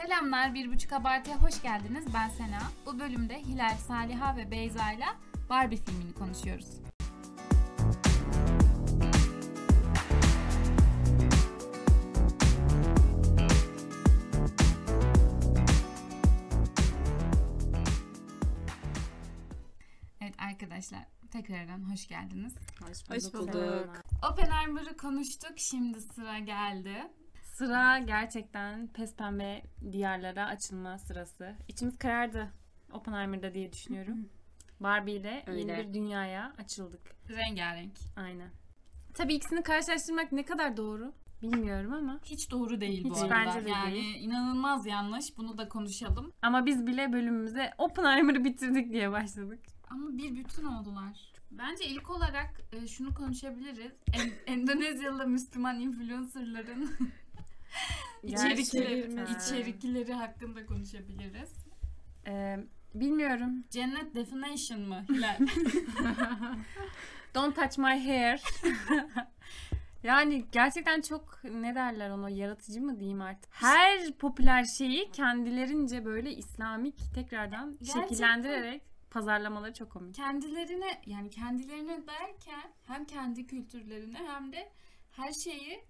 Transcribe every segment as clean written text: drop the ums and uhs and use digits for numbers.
Selamlar, 1.5 Abartı'ya hoş geldiniz. Ben Sena. Bu bölümde Hilal, Saliha ve Beyza ile Barbie filmini konuşuyoruz. Evet arkadaşlar, tekrardan hoş geldiniz. Hoş bulduk. Oppenheimer'ı konuştuk, şimdi sıra geldi. Sıra gerçekten pespembe diyarlara açılma sırası. İçimiz karardı Oppenheimer'da diye düşünüyorum. Barbie ile yeni bir dünyaya açıldık. Rengarenk. Aynen. Tabii ikisini karşılaştırmak ne kadar doğru bilmiyorum ama. Hiç doğru değil bu Hiç arada. bence de yani değil. inanılmaz yanlış. Bunu da konuşalım. Ama biz bile bölümümüze Oppenheimer'ı bitirdik diye başladık. Ama bir bütün oldular. Bence ilk olarak şunu konuşabiliriz. Endonezyalı Müslüman influencerların içerikleri hakkında konuşabiliriz. Bilmiyorum. Cennet Definition mı Hilal? Don't touch my hair. Yani gerçekten çok ne derler ona, yaratıcı mı diyeyim artık. Her popüler şeyi kendilerince böyle İslamik tekrardan şekillendirerek pazarlamaları çok komik. Kendilerine derken hem kendi kültürlerine hem de her şeyi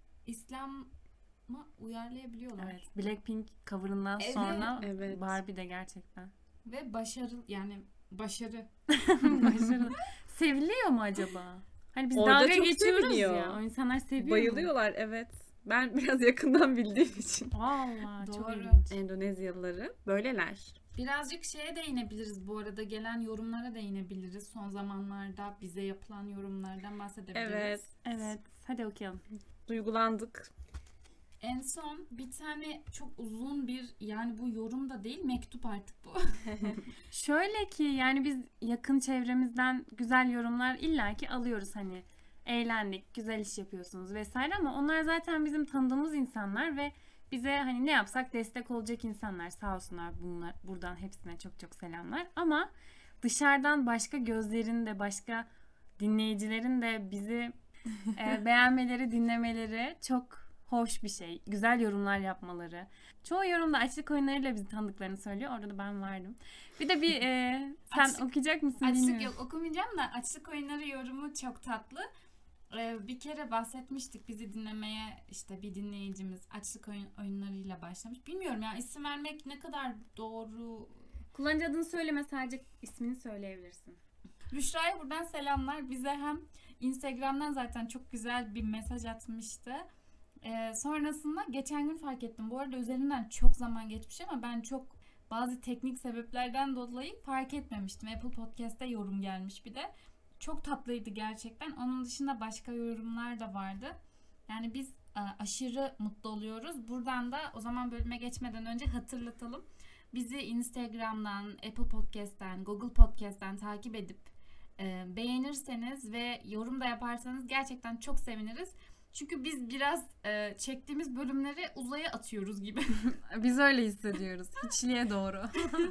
İslam'a uyarlayabiliyorlar. Evet. Blackpink cover'ından sonra Barbie de gerçekten. Ve başarı. Başarı. Seviliyor mu acaba? Hani biz orada dalga çok geçiyoruz seviliyor. ya. O insanlar seviyor Bayılıyorlar mu? evet. Ben biraz yakından bildiğim için. Vallahi çok Doğru. ilginç. Endonezyalıları böyleler. Birazcık şeye değinebiliriz bu arada. Gelen yorumlara değinebiliriz. Son zamanlarda bize yapılan yorumlardan bahsedebiliriz. Evet. Hadi okuyalım. Duygulandık. En son bir tane çok uzun bu yorum da değil, mektup artık bu. Şöyle ki yani biz yakın çevremizden güzel yorumlar illaki alıyoruz, hani eğlendik, güzel iş yapıyorsunuz vesaire, ama onlar zaten bizim tanıdığımız insanlar ve bize hani ne yapsak destek olacak insanlar, sağ olsunlar, bunlar buradan hepsine çok çok selamlar. Ama dışarıdan başka gözlerin de, başka dinleyicilerin de bizi beğenmeleri, dinlemeleri çok hoş bir şey. Güzel yorumlar yapmaları. Çoğu yorumda açlık oyunlarıyla bizi tanıdıklarını söylüyor. Orada da ben vardım. Bir de sen okuyacak mısın bilmiyorum. Yok, okumayacağım da açlık oyunları yorumu çok tatlı. Bir kere bahsetmiştik, bizi dinlemeye işte bir dinleyicimiz açlık oyunlarıyla başlamış. Bilmiyorum ya, isim vermek ne kadar doğru. Kullanıcı adını söyleme, sadece ismini söyleyebilirsin. Büşra'ya buradan selamlar. Bize hem Instagram'dan zaten çok güzel bir mesaj atmıştı. Sonrasında geçen gün fark ettim. Bu arada üzerinden çok zaman geçmiş ama ben bazı teknik sebeplerden dolayı fark etmemiştim. Apple Podcast'te yorum gelmiş bir de. Çok tatlıydı gerçekten. Onun dışında başka yorumlar da vardı. Yani biz aşırı mutlu oluyoruz. Buradan da o zaman bölüme geçmeden önce hatırlatalım. Bizi Instagram'dan, Apple Podcast'ten, Google Podcast'ten takip edip beğenirseniz ve yorum da yaparsanız gerçekten çok seviniriz. Çünkü biz biraz çektiğimiz bölümleri uzaya atıyoruz gibi. Biz öyle hissediyoruz. Hiçliğe doğru.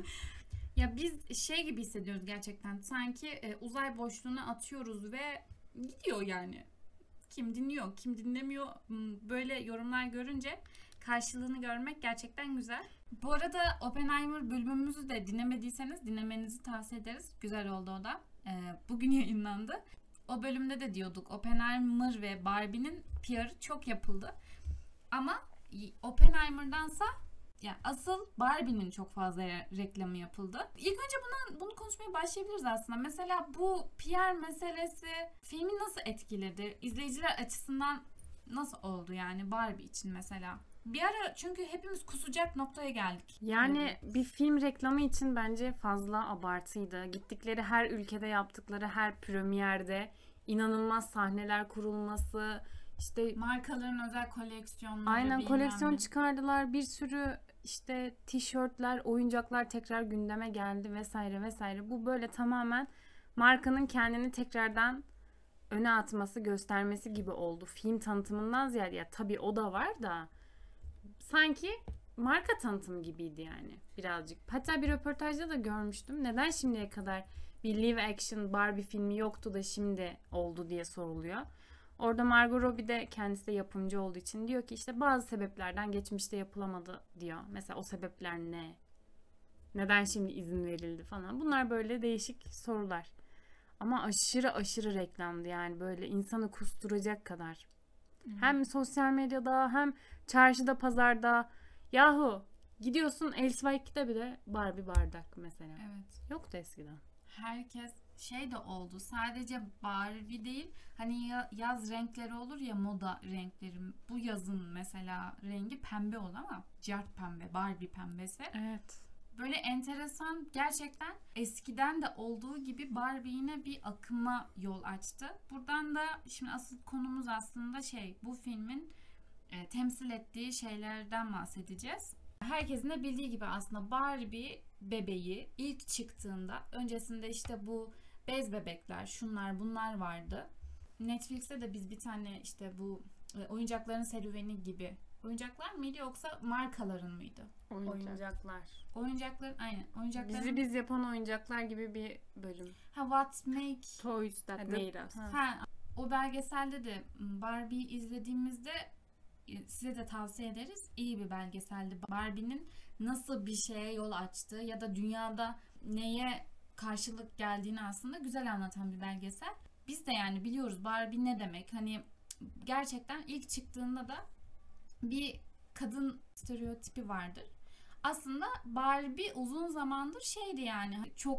Ya biz şey gibi hissediyoruz gerçekten. Sanki uzay boşluğuna atıyoruz ve gidiyor yani. Kim dinliyor, kim dinlemiyor. Böyle yorumlar görünce karşılığını görmek gerçekten güzel. Bu arada Oppenheimer bölümümüzü de dinlemediyseniz dinlemenizi tavsiye ederiz. Güzel oldu o da. Bugün yayınlandı. O bölümde de diyorduk, Oppenheimer ve Barbie'nin PR'ı çok yapıldı. Ama Oppenheimer'dansa ya asıl Barbie'nin çok fazla reklamı yapıldı. İlk önce bunu konuşmaya başlayabiliriz aslında. Mesela bu PR meselesi filmi nasıl etkiledi? İzleyiciler açısından nasıl oldu yani Barbie için mesela? Bir ara çünkü hepimiz kusacak noktaya geldik. Yani bir film reklamı için bence fazla abartıydı. Gittikleri her ülkede, yaptıkları her premierde inanılmaz sahneler kurulması, işte markaların özel koleksiyonları. Aynen, koleksiyon çıkardılar. Bir sürü işte tişörtler, oyuncaklar tekrar gündeme geldi vesaire vesaire. Bu böyle tamamen markanın kendini tekrardan öne atması, göstermesi gibi oldu. Film tanıtımından ziyade, ya tabii o da var da sanki marka tanıtımı gibiydi yani birazcık. Hatta bir röportajda da görmüştüm. Neden şimdiye kadar bir live action Barbie filmi yoktu da şimdi oldu diye soruluyor. Orada Margot Robbie de kendisi de yapımcı olduğu için diyor ki işte bazı sebeplerden geçmişte yapılamadı diyor. Mesela o sebepler ne? Neden şimdi izin verildi falan. Bunlar böyle değişik sorular. Ama aşırı aşırı reklamdı yani böyle insanı kusturacak kadar. Hem sosyal medyada hem çarşıda pazarda. Yahu gidiyorsun Elsewek'te bile Barbie bardak mesela. Evet. Yoktu eskiden. Herkes şey de oldu. Sadece Barbie değil. Hani yaz renkleri olur ya, moda renkleri. Bu yazın mesela rengi pembe oldu ama cart pembe, Barbie pembesi. Evet. Böyle enteresan, gerçekten eskiden de olduğu gibi Barbie yine bir akıma yol açtı. Buradan da şimdi asıl konumuz aslında bu filmin temsil ettiği şeylerden bahsedeceğiz. Herkesin de bildiği gibi aslında Barbie bebeği ilk çıktığında, öncesinde işte bu bez bebekler, şunlar bunlar vardı. Netflix'te de biz bir tane işte bu oyuncakların serüveni gibi. Oyuncaklar mıydı yoksa markaların mıydı? Oyuncaklar. Oyuncakların, aynen. Oyuncakların... Bizi biz yapan oyuncaklar gibi bir bölüm. What make... Toys that made us. O belgeselde de Barbie'yi izlediğimizde size de tavsiye ederiz. İyi bir belgeseldi. Barbie'nin nasıl bir şeye yol açtığı ya da dünyada neye karşılık geldiğini aslında güzel anlatan bir belgesel. Biz de yani biliyoruz Barbie ne demek. Hani gerçekten ilk çıktığında da bir kadın stereotipi vardır. Aslında Barbie uzun zamandır yani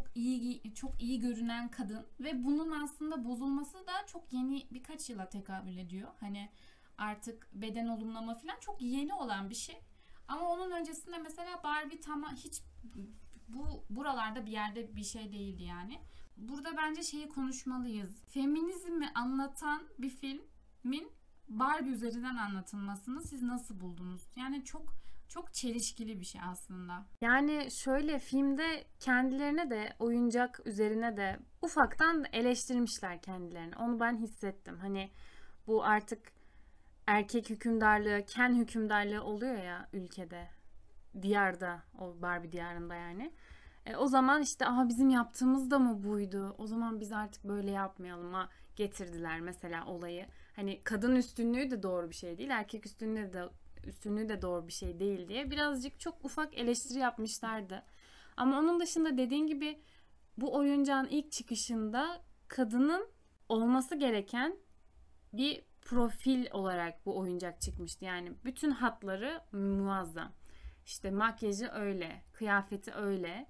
çok iyi görünen kadın ve bunun aslında bozulması da çok yeni, birkaç yıla tekabül ediyor. Hani artık beden olumlama falan çok yeni olan bir şey. Ama onun öncesinde mesela Barbie hiç buralarda bir yerde bir şey değildi yani. Burada bence konuşmalıyız. Feminizmi anlatan bir filmin Barbie üzerinden anlatılmasını siz nasıl buldunuz? Yani çok çelişkili bir şey aslında. Yani şöyle, filmde kendilerine de oyuncak üzerine de ufaktan eleştirmişler kendilerini. Onu ben hissettim. Hani bu artık erkek hükümdarlığı, Ken hükümdarlığı oluyor ya ülkede. Diyarda, o Barbie diyarında yani. O zaman işte bizim yaptığımız da mı buydu? O zaman biz artık böyle yapmayalım'a getirdiler mesela olayı. Hani kadın üstünlüğü de doğru bir şey değil, erkek üstünlüğü de doğru bir şey değil diye birazcık çok ufak eleştiri yapmışlardı. Ama onun dışında dediğin gibi bu oyuncağın ilk çıkışında kadının olması gereken bir profil olarak bu oyuncak çıkmıştı. Yani bütün hatları muazzam. İşte makyajı öyle, kıyafeti öyle.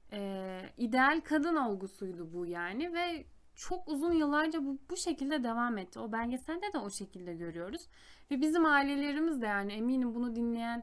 İdeal kadın olgusuydu bu yani ve çok uzun yıllarca bu şekilde devam etti. O belgeselde de o şekilde görüyoruz. Ve bizim ailelerimiz de, yani eminim bunu dinleyen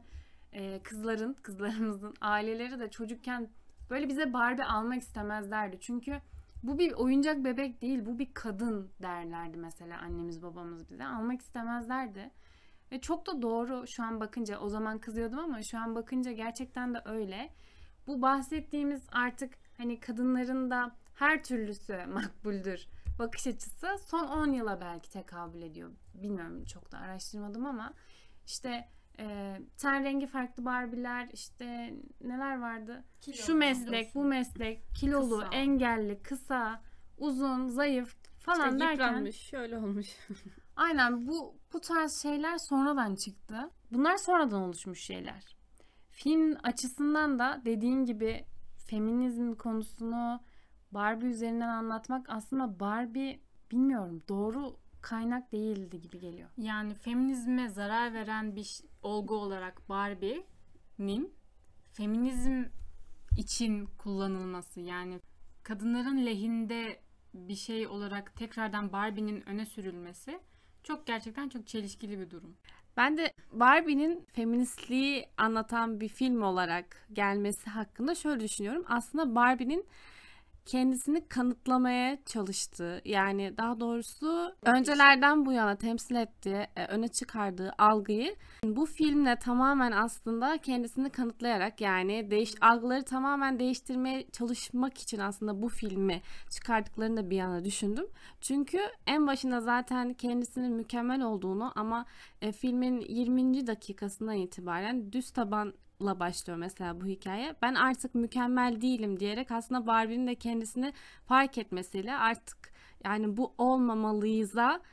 kızlarımızın aileleri de çocukken böyle bize Barbie almak istemezlerdi. Çünkü bu bir oyuncak bebek değil, bu bir kadın derlerdi mesela annemiz babamız bize. Almak istemezlerdi. Ve çok da doğru şu an bakınca, o zaman kızıyordum ama şu an bakınca gerçekten de öyle. Bu bahsettiğimiz artık hani kadınların da her türlüsü makbuldür bakış açısı son 10 yıla belki tekabül ediyor. Bilmiyorum, çok da araştırmadım ama işte ten rengi farklı Barbie'ler, işte neler vardı? Şu meslek, bu meslek, kilolu, kısa, engelli, kısa, uzun, zayıf falan işte derken. yıpranmış, şöyle olmuş. Aynen, bu tarz şeyler sonradan çıktı. Bunlar sonradan oluşmuş şeyler. Film açısından da dediğin gibi feminizm konusunu Barbie üzerinden anlatmak, aslında Barbie bilmiyorum doğru kaynak değildi gibi geliyor. Yani feminizme zarar veren bir olgu olarak Barbie'nin feminizm için kullanılması, yani kadınların lehinde bir şey olarak tekrardan Barbie'nin öne sürülmesi gerçekten çok çelişkili bir durum. Ben de Barbie'nin feministliği anlatan bir film olarak gelmesi hakkında şöyle düşünüyorum. Aslında Barbie'nin kendisini kanıtlamaya çalıştığı, yani daha doğrusu öncelerden bu yana temsil ettiği, öne çıkardığı algıyı bu filmle tamamen aslında kendisini kanıtlayarak, yani algıları tamamen değiştirmeye çalışmak için aslında bu filmi çıkardıklarını da bir yana düşündüm. Çünkü en başında zaten kendisinin mükemmel olduğunu, ama filmin 20. dakikasından itibaren düz tabanla başlıyor mesela bu hikaye. Ben artık mükemmel değilim diyerek aslında Barbie'nin de kendisini fark etmesiyle artık yani bu olmamalıyız'a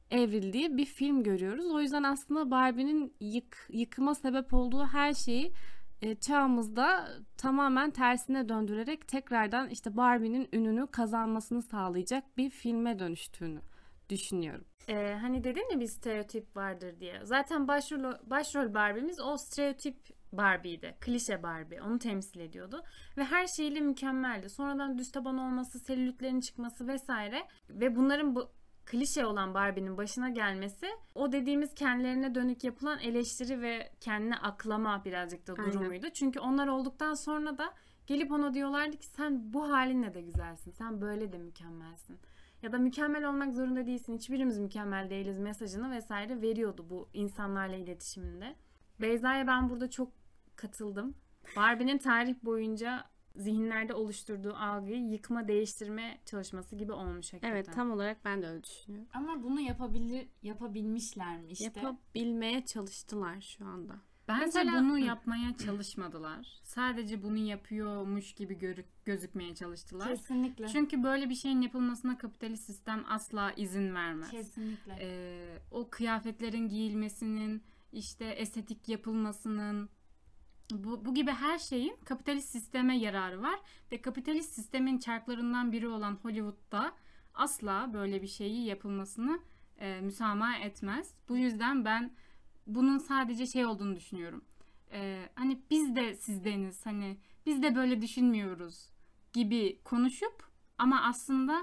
evrildiği bir film görüyoruz. O yüzden aslında Barbie'nin yıkıma sebep olduğu her şeyi çağımızda tamamen tersine döndürerek tekrardan işte Barbie'nin ününü kazanmasını sağlayacak bir filme dönüştüğünü düşünüyorum. Hani dedin ya bir stereotip vardır diye. Zaten başrol Barbie'miz o stereotip Barbie'ydi. Klişe Barbie. Onu temsil ediyordu. Ve her şeyiyle mükemmeldi. Sonradan düz taban olması, selülitlerin çıkması vesaire. Ve bunların bu klişe olan Barbie'nin başına gelmesi o dediğimiz kendilerine dönük yapılan eleştiri ve kendini aklama birazcık da durumuydu. Çünkü onlar olduktan sonra da gelip ona diyorlardı ki sen bu halinle de güzelsin. Sen böyle de mükemmelsin. Ya da mükemmel olmak zorunda değilsin. Hiçbirimiz mükemmel değiliz mesajını vesaire veriyordu bu insanlarla iletişiminde. Beyza'ya ben burada çok katıldım. Barbie'nin tarih boyunca zihinlerde oluşturduğu algıyı yıkma, değiştirme çalışması gibi olmuş hakikaten. Evet, tam olarak ben de öyle düşünüyorum. Ama bunu yapabilmişler mi işte? Yapabilmeye çalıştılar şu anda. Bence Mesela- bunu yapmaya çalışmadılar. Sadece bunu yapıyormuş gibi gözükmeye çalıştılar. Kesinlikle. Çünkü böyle bir şeyin yapılmasına kapitalist sistem asla izin vermez. Kesinlikle. O kıyafetlerin giyilmesinin, işte estetik yapılmasının, bu gibi her şeyin kapitalist sisteme yararı var. Ve kapitalist sistemin çarklarından biri olan Hollywood'da asla böyle bir şeyi yapılmasını müsamaha etmez. Bu yüzden ben bunun sadece şey olduğunu düşünüyorum. Hani biz de sizdeniz, hani biz de böyle düşünmüyoruz gibi konuşup ama aslında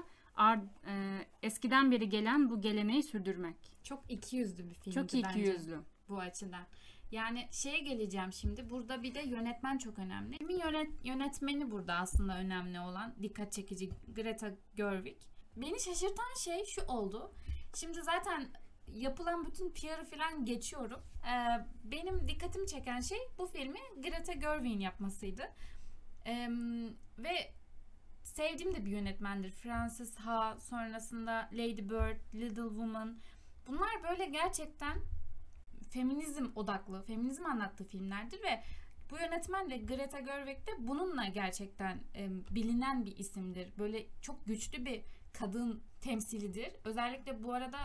eskiden beri gelen bu geleneği sürdürmek. Çok ikiyüzlü bir filmdi Çok ikiyüzlü. bence bu açıdan. Yani şeye geleceğim şimdi. Burada bir de yönetmen çok önemli. Filmin yönetmeni burada aslında önemli olan, dikkat çekici, Greta Gerwig. Beni şaşırtan şey şu oldu. Şimdi zaten yapılan bütün PR'ı falan geçiyorum. Benim dikkatimi çeken şey bu filmi Greta Gerwig'in yapmasıydı. Ve sevdiğim de bir yönetmendir. Frances Ha, sonrasında Lady Bird, Little Woman. Bunlar böyle gerçekten feminizm odaklı, feminizm anlattığı filmlerdir ve bu yönetmen de Greta Gerwig de bununla gerçekten bilinen bir isimdir. Böyle çok güçlü bir kadın temsilidir. Özellikle bu arada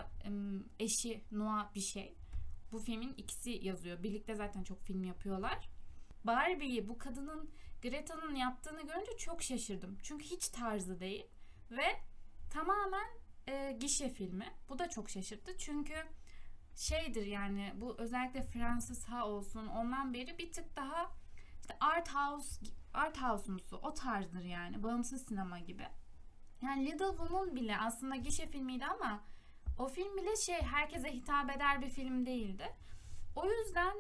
eşi Noah bir şey. Bu filmin ikisi yazıyor. Birlikte zaten çok film yapıyorlar. Barbie'yi bu kadının, Greta'nın yaptığını görünce çok şaşırdım. Çünkü hiç tarzı değil ve tamamen gişe filmi. Bu da çok şaşırttı. Çünkü şeydir yani, bu özellikle Frances Ha olsun, ondan beri bir tık daha işte art house'umsu o tarzdır yani. Bağımsız sinema gibi. Yani Little Woman bile aslında gişe filmiydi ama o film bile herkese hitap eder bir film değildi. O yüzden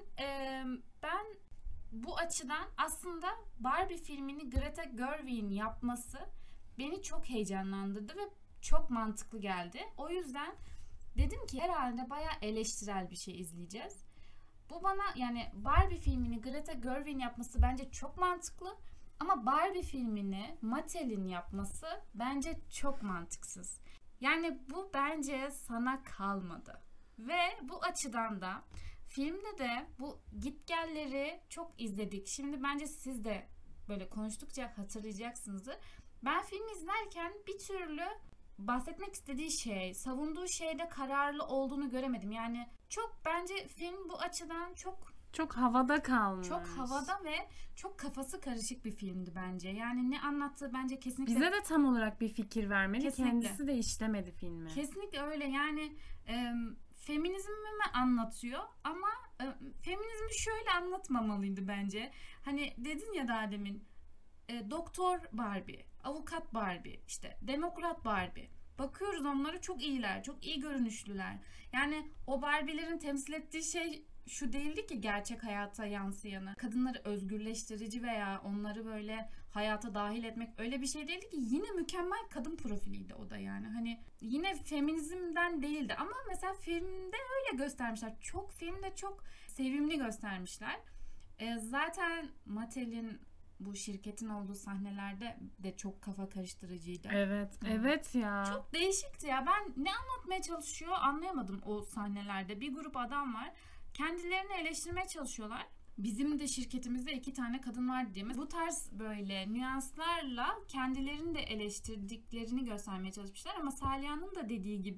ben bu açıdan aslında Barbie filmini Greta Gerwig'in yapması beni çok heyecanlandırdı ve çok mantıklı geldi. O yüzden dedim ki herhalde bayağı eleştirel bir şey izleyeceğiz. Bu bana, yani Barbie filmini Greta Gerwig'in yapması bence çok mantıklı. Ama Barbie filmini Mattel'in yapması bence çok mantıksız. Yani bu bence sana kalmadı. Ve bu açıdan da filmde de bu gitgelleri çok izledik. Şimdi bence siz de böyle konuştukça hatırlayacaksınızdır. Ben filmi izlerken bir türlü bahsetmek istediği şey, savunduğu şeyde kararlı olduğunu göremedim. Yani çok, bence film bu açıdan Çok havada kalmış. çok havada ve çok kafası karışık bir filmdi bence. Yani ne anlattığı bence kesinlikle... Bize de tam olarak bir fikir vermedi. Kesinlikle. Kendisi de işlemedi filmi. Kesinlikle öyle. Yani feminizmi mi anlatıyor ama feminizmi şöyle anlatmamalıydı bence. Hani dedin ya daha demin, doktor Barbie, avukat Barbie, işte demokrat Barbie. Bakıyoruz onlara, çok iyiler, çok iyi görünüşlüler. Yani o Barbie'lerin temsil ettiği şey şu değildi ki gerçek hayata yansıyanı. Kadınları özgürleştirici veya onları böyle hayata dahil etmek, öyle bir şey değildi ki. Yine mükemmel kadın profiliydi o da yani. Hani yine feminizmden değildi ama mesela filmde öyle göstermişler. Filmde çok sevimli göstermişler. Zaten Mattel'in bu şirketin olduğu sahnelerde de çok kafa karıştırıcıydı. Evet ya. Çok değişikti ya. Ben ne anlatmaya çalışıyor anlayamadım o sahnelerde. Bir grup adam var. Kendilerini eleştirmeye çalışıyorlar. Bizim de şirketimizde 2 tane kadın var diye. Bu tarz böyle nüanslarla kendilerini de eleştirdiklerini göstermeye çalışmışlar. Ama Saliha'nın da dediği gibi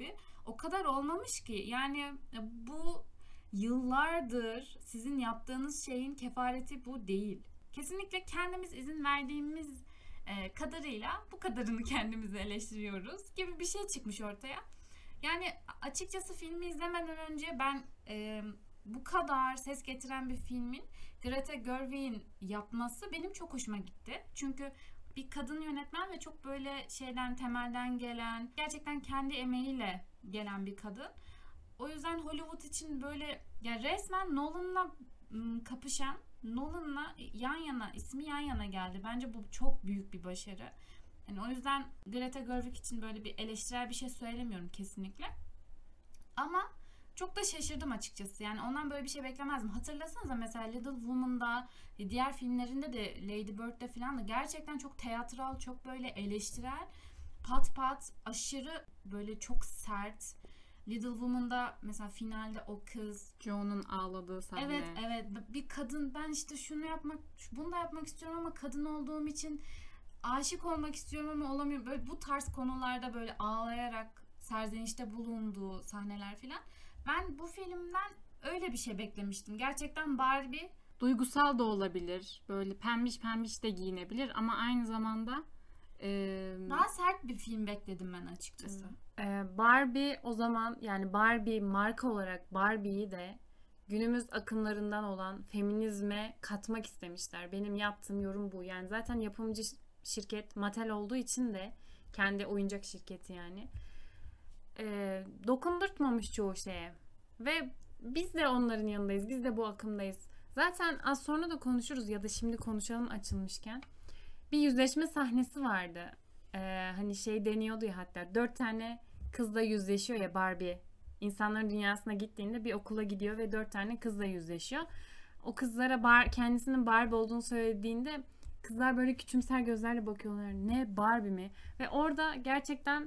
o kadar olmamış ki. Yani bu yıllardır sizin yaptığınız şeyin kefareti bu değil. Kesinlikle kendimiz izin verdiğimiz kadarıyla bu kadarını kendimizi eleştiriyoruz gibi bir şey çıkmış ortaya. Yani açıkçası filmi izlemeden önce ben bu kadar ses getiren bir filmin Greta Gerwig'in yapması benim çok hoşuma gitti. Çünkü bir kadın yönetmen ve çok böyle şeyden, temelden gelen, gerçekten kendi emeğiyle gelen bir kadın. O yüzden Hollywood için böyle ya resmen Nolan'la kapışan, Nolan'la ismi yan yana geldi. Bence bu çok büyük bir başarı. Yani o yüzden Greta Gerwig için böyle bir eleştirel bir şey söylemiyorum kesinlikle. Ama çok da şaşırdım açıkçası. Yani ondan böyle bir şey beklemezdim. Hatırlasanıza mesela Little Woman'da, diğer filmlerinde de Lady Bird'de falan da gerçekten çok teatral, çok böyle eleştirel, pat pat, aşırı böyle çok sert. Little Woman'da mesela finalde o kız Joe'nun ağladığı sahne. Evet bir kadın, ben işte bunu da yapmak istiyorum ama kadın olduğum için aşık olmak istiyorum ama olamıyorum. Böyle bu tarz konularda böyle ağlayarak serzenişte bulunduğu sahneler filan. Ben bu filmden öyle bir şey beklemiştim. Gerçekten Barbie Duygusal da olabilir. Böyle pembiş pembiş de giyinebilir ama aynı zamanda daha sert bir film bekledim ben açıkçası. Barbie o zaman, yani Barbie marka olarak Barbie'yi de günümüz akımlarından olan feminizme katmak istemişler. Benim yaptığım yorum bu. Yani zaten yapımcı şirket Mattel olduğu için de, kendi oyuncak şirketi yani, dokundurtmamış çoğu şeye. Ve biz de onların yanındayız. Biz de bu akımdayız. Zaten az sonra da konuşuruz ya da şimdi konuşalım açılmışken. Bir yüzleşme sahnesi vardı. Hani şey deniyordu ya, hatta 4 tane kızla yüzleşiyor ya Barbie. İnsanların dünyasına gittiğinde bir okula gidiyor ve 4 tane kızla yüzleşiyor. O kızlara kendisinin Barbie olduğunu söylediğinde kızlar böyle küçümser gözlerle bakıyorlar. Ne, Barbie mi? Ve orada gerçekten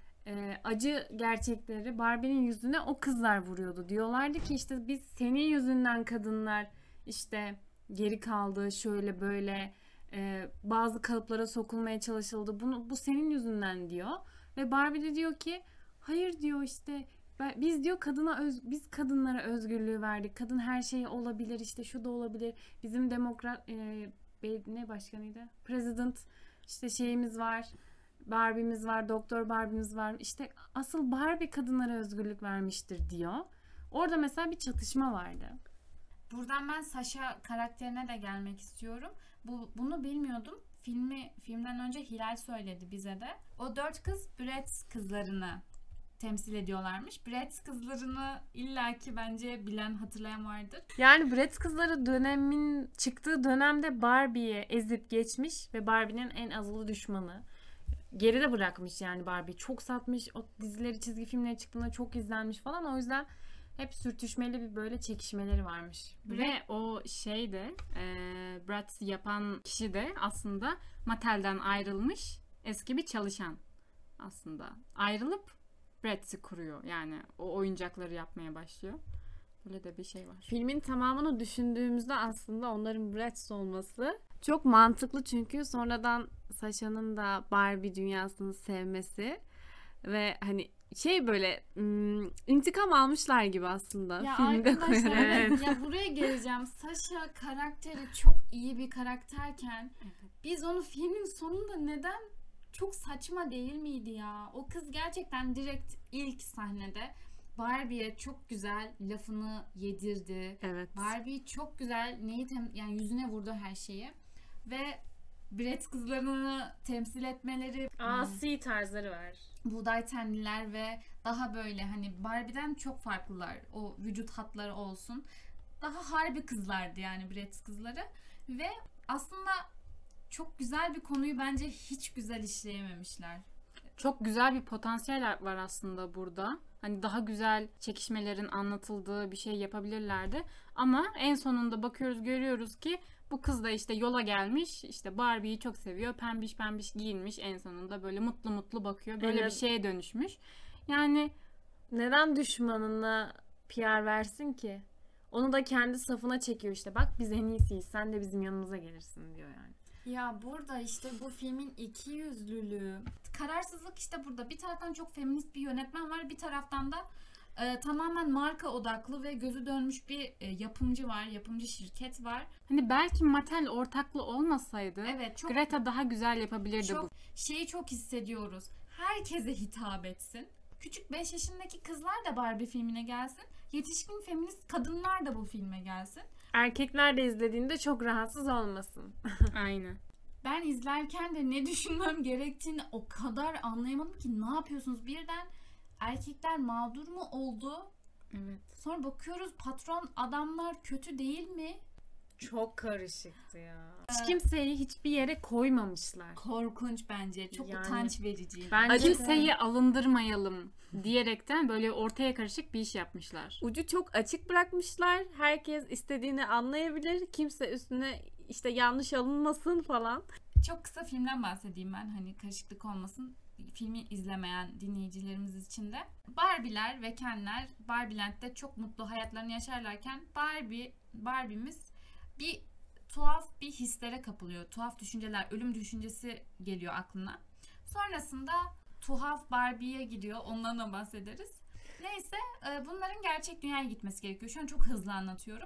acı gerçekleri Barbie'nin yüzüne o kızlar vuruyordu. Diyorlardı ki işte biz senin yüzünden kadınlar işte geri kaldı, şöyle böyle, bazı kalıplara sokulmaya çalışıldı. Bu senin yüzünden diyor. Ve Barbie de diyor ki hayır diyor, işte biz diyor biz kadınlara özgürlüğü verdik. Kadın her şey olabilir, işte şu da olabilir. Bizim demokrat ne başkanıydı? President işte şeyimiz var. Barbie'miz var, Doktor Barbie'miz var. İşte asıl Barbie kadınlara özgürlük vermiştir diyor. Orada mesela bir çatışma vardı. Buradan ben Sasha karakterine de gelmek istiyorum. Bunu bilmiyordum. Filmden önce Hilal söyledi bize de. O 4 kız Bratz kızlarını temsil ediyorlarmış. Bratz kızlarını illaki bence bilen, hatırlayan vardır. Yani Bratz kızları dönemin çıktığı dönemde Barbie'yi ezip geçmiş ve Barbie'nin en azılı düşmanı. Geride bırakmış yani Barbie. Çok satmış. O dizileri, çizgi filmleri çıktığında çok izlenmiş falan. O yüzden hep sürtüşmeli bir böyle çekişmeleri varmış. Ve o şey de Bratz yapan kişi de aslında Mattel'den ayrılmış eski bir çalışan aslında. Ayrılıp Bratz'i kuruyor. Yani o oyuncakları yapmaya başlıyor. Böyle de bir şey var. Filmin tamamını düşündüğümüzde aslında onların Bratz olması çok mantıklı, çünkü sonradan Sasha'nın da Barbie dünyasını sevmesi ve hani şey böyle intikam almışlar gibi aslında Ya filmde arkadaşlar, koyarak. ya buraya geleceğim. Sasha karakteri çok iyi bir karakterken biz onu filmin sonunda neden, çok saçma değil miydi ya? O kız gerçekten direkt ilk sahnede Barbie'ye çok güzel lafını yedirdi. Evet. Barbie çok güzel yani yüzüne vurdu her şeyi. Ve Bratz kızlarını temsil etmeleri, Asi tarzları var. buğday tenliler ve daha böyle hani Barbie'den çok farklılar. O vücut hatları olsun. Daha harbi kızlardı yani Bratz kızları. Ve aslında çok güzel bir konuyu bence hiç güzel işleyememişler. Çok güzel bir potansiyel var aslında burada. Hani daha güzel çekişmelerin anlatıldığı bir şey yapabilirlerdi. Ama en sonunda görüyoruz ki bu kız da işte yola gelmiş, işte Barbie'yi çok seviyor, pembiş pembiş giyinmiş, en sonunda böyle mutlu mutlu bakıyor. Böyle Evet. bir şeye dönüşmüş. Yani Neden düşmanına PR versin ki? Onu da kendi safına çekiyor işte. Bak biz en iyisiyiz. Sen de bizim yanımıza gelirsin diyor yani. Ya burada işte bu filmin ikiyüzlülüğü, kararsızlık işte burada. Bir taraftan çok feminist bir yönetmen var, bir taraftan da tamamen marka odaklı ve gözü dönmüş bir yapımcı var, yapımcı şirket var. Hani belki Mattel ortaklı olmasaydı Evet, çok Greta daha güzel yapabilirdi bu. çok şeyi çok hissediyoruz. Herkese hitap etsin. Küçük 5 yaşındaki kızlar da Barbie filmine gelsin. Yetişkin feminist kadınlar da bu filme gelsin. Erkekler de izlediğinde çok rahatsız olmasın. Aynen. Ben izlerken de ne düşünmem gerektiğini o kadar anlayamadım ki, ne yapıyorsunuz? Birden erkekler mağdur mu oldu? Evet. Sonra bakıyoruz patron adamlar kötü değil mi? Çok karışıktı ya. Hiç kimseyi hiçbir yere koymamışlar. Korkunç bence. Çok Yani- utanç verici. Bence Kimseyi alındırmayalım diyerekten böyle ortaya karışık bir iş yapmışlar. Ucu çok açık bırakmışlar. Herkes istediğini anlayabilir. Kimse üstüne işte yanlış alınmasın falan. Çok kısa filmden bahsedeyim ben, hani karışıklık olmasın. Filmi izlemeyen dinleyicilerimiz için de. Barbie'ler ve Ken'ler Barbieland'de çok mutlu hayatlarını yaşarlarken Barbie'miz bir tuhaf bir hislere kapılıyor. Tuhaf düşünceler, ölüm düşüncesi geliyor aklına. Sonrasında tuhaf Barbie'ye gidiyor. Ondan da bahsederiz. Neyse, bunların gerçek dünyaya gitmesi gerekiyor. Şu an çok hızlı anlatıyorum.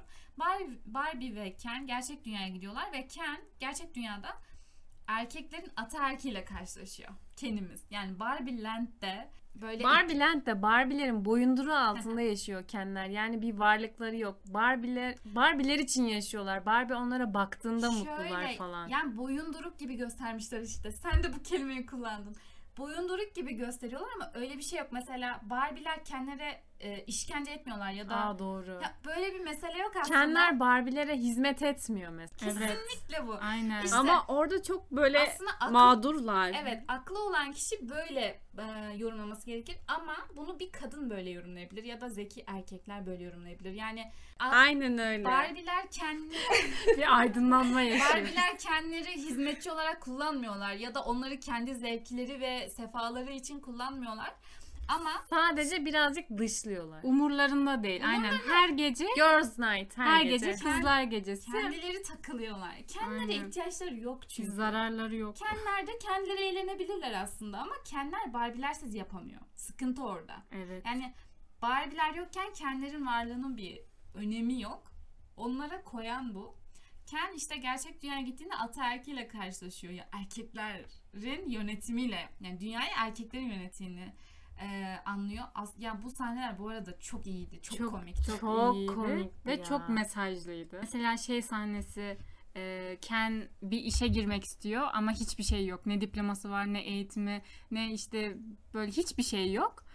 Barbie ve Ken gerçek dünyaya gidiyorlar ve Ken gerçek dünyada erkeklerin ataerkiyle karşılaşıyor. Kenimiz. Yani Barbie Land'de böyle Barbieland'de Barbie'lerin boyunduruğu altında yaşıyor Kenler. Yani bir varlıkları yok. Barbie'ler için yaşıyorlar. Barbie onlara baktığında mutlular falan. Yani boyunduruk gibi göstermişler işte. Sen de bu kelimeyi kullandın. Boyunduruk gibi gösteriyorlar ama öyle bir şey yok. Mesela Barbie'ler Kenlere işkence etmiyorlar ya da Aa doğru. ya böyle bir mesele yok aslında. Kenler Barbie'lere hizmet etmiyor mesela. Evet. Kesinlikle bu. Aynen. İşte- Ama orada çok böyle Aslında mağdurlar. evet, aklı olan kişi böyle yorumlaması gerekir ama bunu bir kadın böyle yorumlayabilir ya da zeki erkekler böyle yorumlayabilir. Yani Aynen öyle. Barbie'ler kendileri Bir aydınlanma yaşıyor. Barbie'ler kendileri hizmetçi olarak kullanmıyorlar ya da onları kendi zevkleri ve sefaları için kullanmıyorlar. Ama Sadece birazcık dışlıyorlar. Umurlarında değil. Aynen. Her gece Girls Night her gece kızlar gecesi. kendileri takılıyorlar. Kendilerine Aynen. ihtiyaçları yok çünkü. Zararları yok. Kenler de kendileri eğlenebilirler aslında ama Kenler Barbie'lersiz yapamıyor. Sıkıntı orada. Evet. Yani Barbie'ler yokken Kenlerin varlığının bir önemi yok. Onlara koyan bu. Ken işte gerçek dünyaya gittiğinde ataerkiyle karşılaşıyor. Ya erkeklerin yönetimiyle, yani dünyayı erkeklerin yönettiğini anlıyor. Ya bu sahneler bu arada çok iyiydi. Çok komikti. Çok iyiydi komikti ve ya. çok mesajlıydı. Mesela şey sahnesi, Ken bir işe girmek istiyor ama hiçbir şey yok. Ne diploması var, ne eğitimi, ne işte böyle hiçbir şey yok.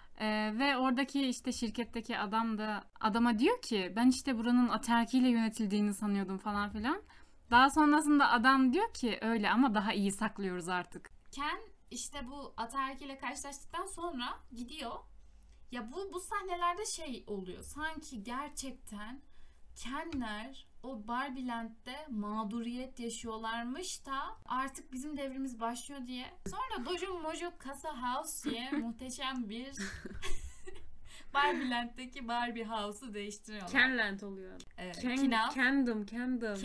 Ve oradaki işte şirketteki adam da adama diyor ki ben işte buranın ataerkiyle yönetildiğini sanıyordum falan filan. Daha sonrasında adam diyor ki öyle ama daha iyi saklıyoruz artık. Ken işte bu ataerkiyle karşılaştıktan sonra gidiyor. Ya bu sahnelerde şey oluyor. Sanki gerçekten Kenler o Barbieland'de mağduriyet yaşıyorlarmış da artık bizim devrimiz başlıyor diye. Sonra Dojo Mojo Casa House diye muhteşem bir Barbieland'deki Barbie House'u değiştiriyorlar. Kenland oluyor. Kinav. Kendim. Kendom.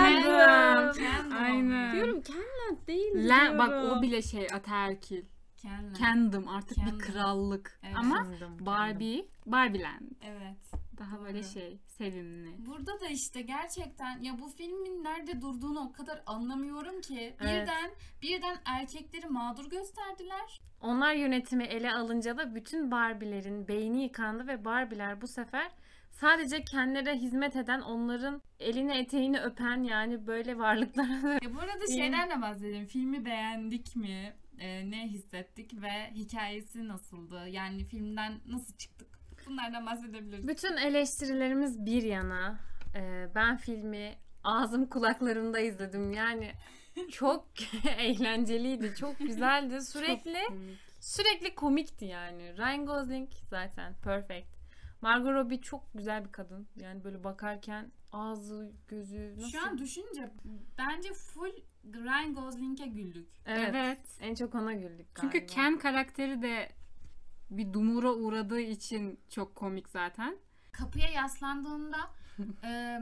Aynen. Diyorum Kenland değil Bak diyorum. o bile şey ataerkil. Kenland. Kendim artık Kendim. bir krallık. Evet. Ama Barbieland. Evet. Daha böyle şey sevimli. Burada da işte gerçekten ya bu filmin nerede durduğunu o kadar anlamıyorum ki. Evet. Birden erkekleri mağdur gösterdiler. Onlar yönetimi ele alınca da bütün Barbie'lerin beyni yıkandı ve Barbie'ler bu sefer sadece kendilerine hizmet eden, onların elini eteğini öpen, yani böyle varlıklara Ya bu arada şeyden de bahsedelim. Filmi beğendik mi? Ne hissettik ve hikayesi nasıldı? Yani filmden nasıl çıktık? Bunlardan bahsedebiliriz. bütün eleştirilerimiz bir yana, ben filmi ağzım kulaklarımda izledim. Yani çok eğlenceliydi, çok güzeldi. Sürekli komikti yani. Ryan Gosling zaten perfect. Margot Robbie çok güzel bir kadın. Yani böyle bakarken ağzı, gözü nasıl? Şu an düşününce bence full Ryan Gosling'e güldük. Evet. En çok ona güldük galiba. Çünkü Ken karakteri de bir dumura uğradığı için çok komik zaten. Kapıya yaslandığında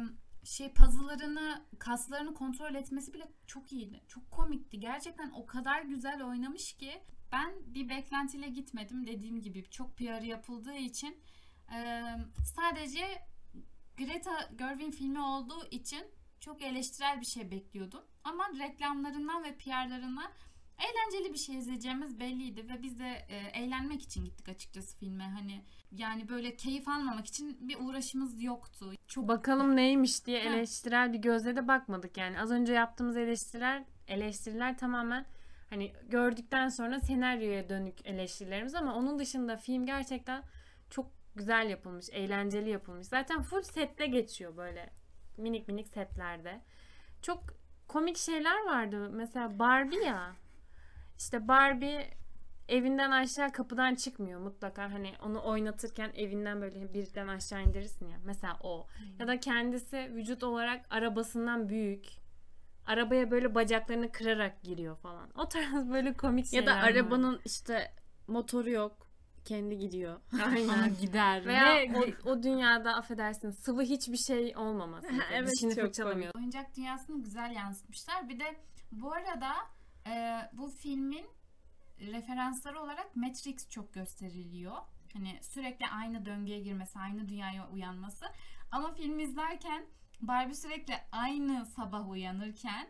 puzzle'larını, kaslarını kontrol etmesi bile çok iyiydi. Çok komikti. Gerçekten o kadar güzel oynamış ki ben bir beklentiyle gitmedim. Dediğim gibi çok PR yapıldığı için sadece Greta Gerwig filmi olduğu için çok eleştirel bir şey bekliyordum. Ama reklamlarından ve PR'larından eğlenceli bir şey izleyeceğimiz belliydi ve biz de eğlenmek için gittik açıkçası filme. Hani yani böyle keyif almamak için bir uğraşımız yoktu. Çok Bakalım neymiş diye eleştirel bir gözle de bakmadık yani. Az önce yaptığımız eleştiriler tamamen hani gördükten sonra senaryoya dönük eleştirilerimiz, ama onun dışında film gerçekten çok güzel yapılmış, eğlenceli yapılmış. Zaten full sette geçiyor, böyle minik minik setlerde. Çok komik şeyler vardı. Mesela Barbie ya. İşte Barbie evinden aşağı kapıdan çıkmıyor mutlaka. Hani onu oynatırken evinden böyle birden aşağı indirirsin ya. Mesela o. Ya da kendisi vücut olarak arabasından büyük. Arabaya böyle bacaklarını kırarak giriyor falan. O tarz böyle komik şeyler Ya da var. arabanın işte motoru yok. Kendi gidiyor. Ama Aynen. gider. Veya Ve o dünyada affedersin sıvı hiçbir şey olmaması. Evet, Dişini çok fırçalamıyor. oyuncak dünyasını güzel yansıtmışlar. Bir de bu arada bu filmin referansları olarak Matrix çok gösteriliyor. Hani sürekli aynı döngüye girmesi, aynı dünyaya uyanması. Ama film izlerken Barbie sürekli aynı sabah uyanırken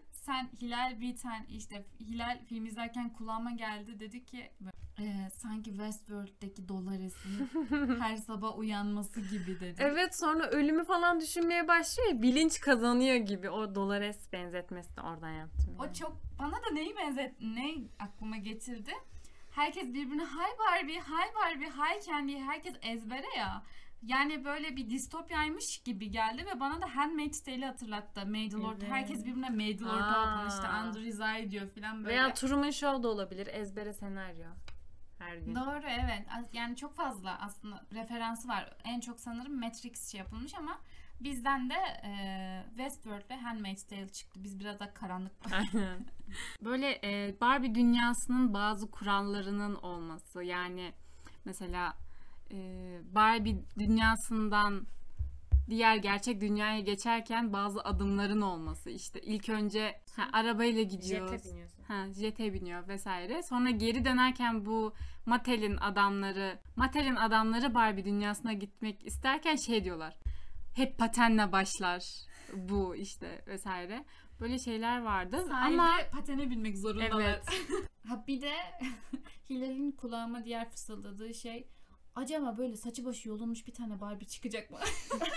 Hilal film izlerken kulağıma geldi, dedi ki sanki Westworld'deki Dolores'in her sabah uyanması gibi dedi. Evet, sonra ölümü falan düşünmeye başlıyor ya, bilinç kazanıyor gibi. O Dolores benzetmesi de oradan yaptım. O çok bana da ne aklıma getirdi. Herkes birbirine hay Barbie, hay Barbie, hay Candy, herkes ezbere ya. Yani böyle bir distopyaymış gibi geldi ve bana da Handmaid's Tale'i hatırlattı. Maid Lord. Evet. Herkes birbirine Maid Lord'a işte Andrew Rizai diyor falan böyle. Veya Truman Show da olabilir. Ezbere senaryo. Her gün. Doğru, evet. Yani çok fazla aslında referansı var. En çok sanırım Matrix yapılmış ama bizden de Westworld ve Handmaid's Tale çıktı. Biz biraz daha karanlık. Aynen. böyle Barbie dünyasının bazı kurallarının olması. Yani mesela Barbie dünyasından diğer gerçek dünyaya geçerken bazı adımların olması. İşte ilk önce arabayla gidiyoruz. Jet'e biniyorsun. Jete biniyor vesaire. Sonra geri dönerken bu Mattel'in adamları Barbie dünyasına gitmek isterken şey diyorlar. Hep patenle başlar bu işte vesaire. Böyle şeyler vardı. Sahilde Ama patene binmek zorundalar. evet. Ha bir de Hilal'in kulağıma diğer fısıldadığı şey, acaba böyle saçı başı yolunmuş bir tane Barbie çıkacak mı?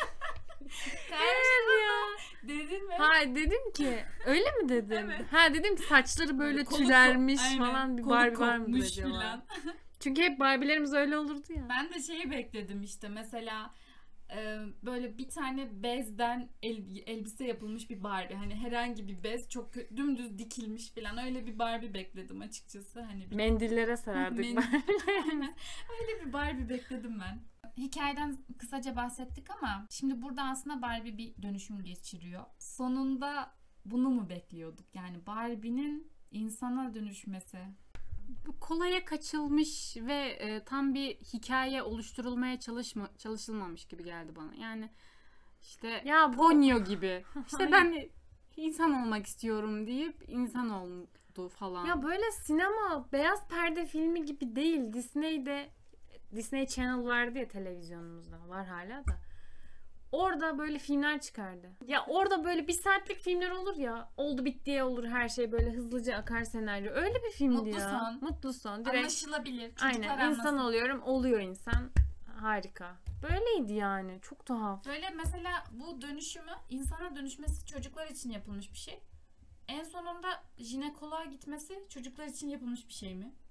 Evet ya. Dedin mi? Hayır, dedim ki öyle mi dedim? Evet. Ha, dedim ki saçları böyle Kolu tülermiş aynen, falan, bir kolu Barbie var mı kopmuş acaba? filan. Çünkü hep Barbie'lerimiz öyle olurdu ya. Ben de şeyi bekledim işte, mesela böyle bir tane bezden elbise yapılmış bir Barbie. Hani herhangi bir bez, çok dümdüz dikilmiş falan, öyle bir Barbie bekledim açıkçası. Hani bir Mendillere sarardık. Aynen. Öyle bir Barbie bekledim ben. Hikayeden kısaca bahsettik ama şimdi burada aslında Barbie bir dönüşüm geçiriyor. Sonunda bunu mu bekliyorduk? Yani Barbie'nin insana dönüşmesi. Bu kolaya kaçılmış ve tam bir hikaye oluşturulmaya çalışılmamış gibi geldi bana. Yani işte Ya bu Ponyo gibi. İşte ben insan olmak istiyorum deyip insan oldu falan. ya böyle sinema beyaz perde filmi gibi değil. Disney Channel vardı ya televizyonumuzda. Var hala da. Orada böyle filmler çıkardı. Ya orada böyle 1 saatlik filmler olur ya. Oldu bittiye olur, her şey böyle hızlıca akar senaryo. Öyle bir filmdi Mutlu ya. son. Mutlu son. Direkt Anlaşılabilir. Çocuklar aynen anlasın. insan oluyorum, oluyor insan. Harika. Böyleydi yani. Çok tuhaf. Böyle mesela bu dönüşümü, insana dönüşmesi çocuklar için yapılmış bir şey. En sonunda jinekoloğa gitmesi çocuklar için yapılmış bir şey mi?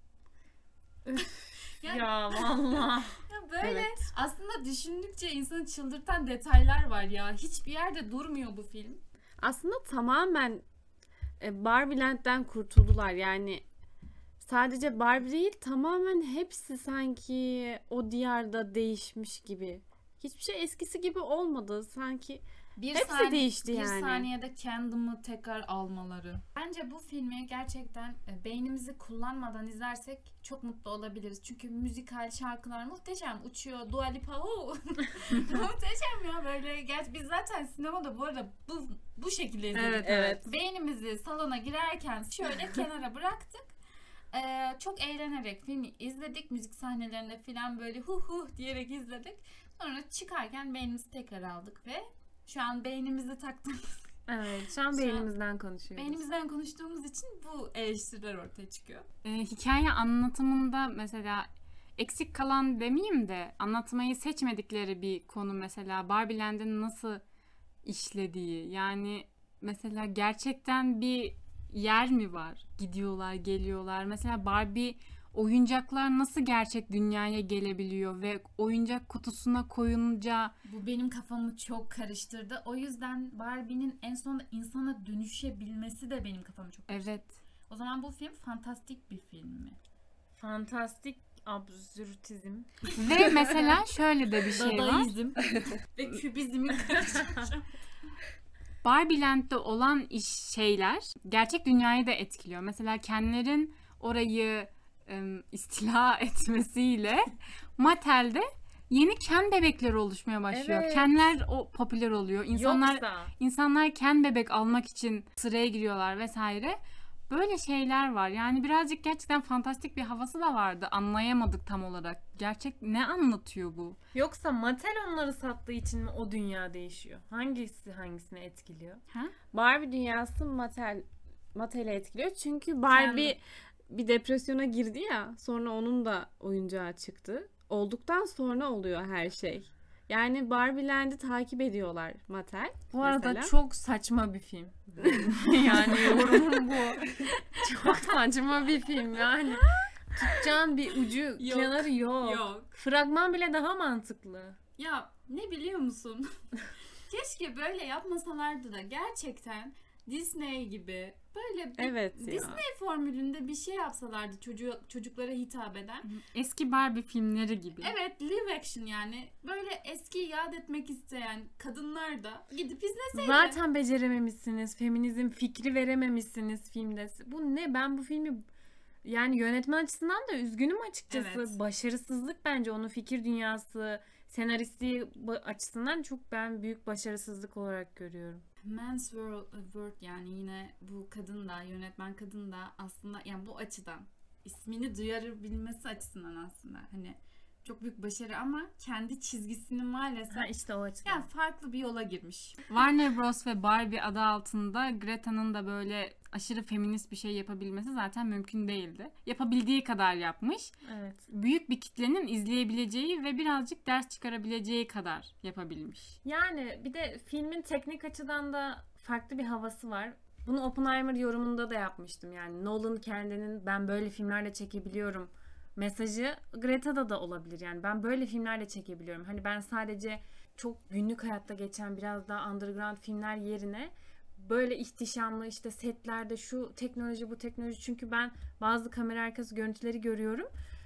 Yani- Ya vallahi. Ya böyle Evet. aslında düşündükçe insanı çıldırtan detaylar var ya. Hiçbir yerde durmuyor bu film. Aslında tamamen Barbieland'den kurtuldular. Yani sadece Barbie değil, tamamen hepsi sanki o diyarda değişmiş gibi. Hiçbir şey eskisi gibi olmadı. Sanki Hepsi değişti bir yani. saniyede kendimi tekrar almaları. Bence bu filmi gerçekten beynimizi kullanmadan izlersek çok mutlu olabiliriz. Çünkü müzikal şarkılar muhteşem. Uçuyor Dua Lipa. Muhteşem ya böyle. Gerçi biz zaten sinemada bu arada bu şekilde izledik. Evet. Beynimizi salona girerken şöyle kenara bıraktık. Çok eğlenerek filmi izledik. Müzik sahnelerinde falan böyle hu diyerek izledik. Sonra çıkarken beynimizi tekrar aldık ve şu an beynimizi taktığımız, Evet, şu an beynimizden konuşuyoruz. beynimizden konuştuğumuz için bu eleştiriler ortaya çıkıyor. Hikaye anlatımında mesela eksik kalan demeyeyim de anlatmayı seçmedikleri bir konu mesela Barbie Land'in nasıl işlediği. Yani mesela gerçekten bir yer mi var? Gidiyorlar, geliyorlar. Mesela Barbie oyuncaklar nasıl gerçek dünyaya gelebiliyor ve oyuncak kutusuna koyunca Bu benim kafamı çok karıştırdı. O yüzden Barbie'nin en sonunda insana dönüşebilmesi de benim kafamı çok karıştırdı. evet. O zaman bu film fantastik bir film mi? Fantastik absürtizm. Ve mesela şöyle de bir şey var. Dadaizm ve kübizmin karışımı. Barbie Land'de olan şeyler gerçek dünyayı da etkiliyor. Mesela Ken'lerin orayı istila etmesiyle Mattel'de yeni Ken bebekleri oluşmaya başlıyor. Evet. Kenler o popüler oluyor. Yoksa İnsanlar Ken bebek almak için sıraya giriyorlar vesaire. Böyle şeyler var. Yani birazcık gerçekten fantastik bir havası da vardı. Anlayamadık tam olarak. Gerçek ne anlatıyor bu? Yoksa Mattel onları sattığı için mi o dünya değişiyor? Hangisi hangisini etkiliyor? Barbie dünyası Mattel'i etkiliyor. Çünkü Barbie bir depresyona girdi ya. Sonra onun da oyuncağı çıktı. Olduktan sonra oluyor her şey. Yani Barbie Land'i takip ediyorlar Mattel. Bu arada mesela. çok saçma bir film. Yani yorumum bu. Çok saçma bir film yani. Tutacağın bir ucu kenarı yok. Yok. Fragman bile daha mantıklı. Ya ne biliyor musun? Keşke böyle yapmasalardı da gerçekten Disney gibi böyle bir Evet ya. Disney formülünde bir şey yapsalardı çocuklara hitap eden. Eski Barbie filmleri gibi. Evet, live action yani. Böyle eski yad etmek isteyen kadınlar da gidip izleseydi. Zaten becerememişsiniz. Feminizm fikri verememişsiniz filmde. Bu ne? Ben bu filmi yani yönetmen açısından da üzgünüm açıkçası. Evet. Başarısızlık bence onun fikir dünyası, senaristliği açısından çok ben büyük başarısızlık olarak görüyorum. Man's World yani yine bu kadın da yönetmen kadın da aslında yani bu açıdan ismini duyurabilmesi açısından aslında hani çok büyük başarı ama kendi çizgisini maalesef işte o açıdan. yani farklı bir yola girmiş. Warner Bros. Ve Barbie adı altında Greta'nın da böyle aşırı feminist bir şey yapabilmesi zaten mümkün değildi. Yapabildiği kadar yapmış. Evet. Büyük bir kitlenin izleyebileceği ve birazcık ders çıkarabileceği kadar yapabilmiş. Yani bir de filmin teknik açıdan da farklı bir havası var. Bunu Oppenheimer yorumunda da yapmıştım. Yani Nolan kendinin ben böyle filmlerle çekebiliyorum mesajı Greta'da da olabilir. Yani ben böyle filmlerle çekebiliyorum. Hani ben sadece çok günlük hayatta geçen biraz daha underground filmler yerine böyle ihtişamlı işte setlerde şu teknoloji bu teknoloji çünkü ben bazı kamera arkası görüntüleri görüyorum.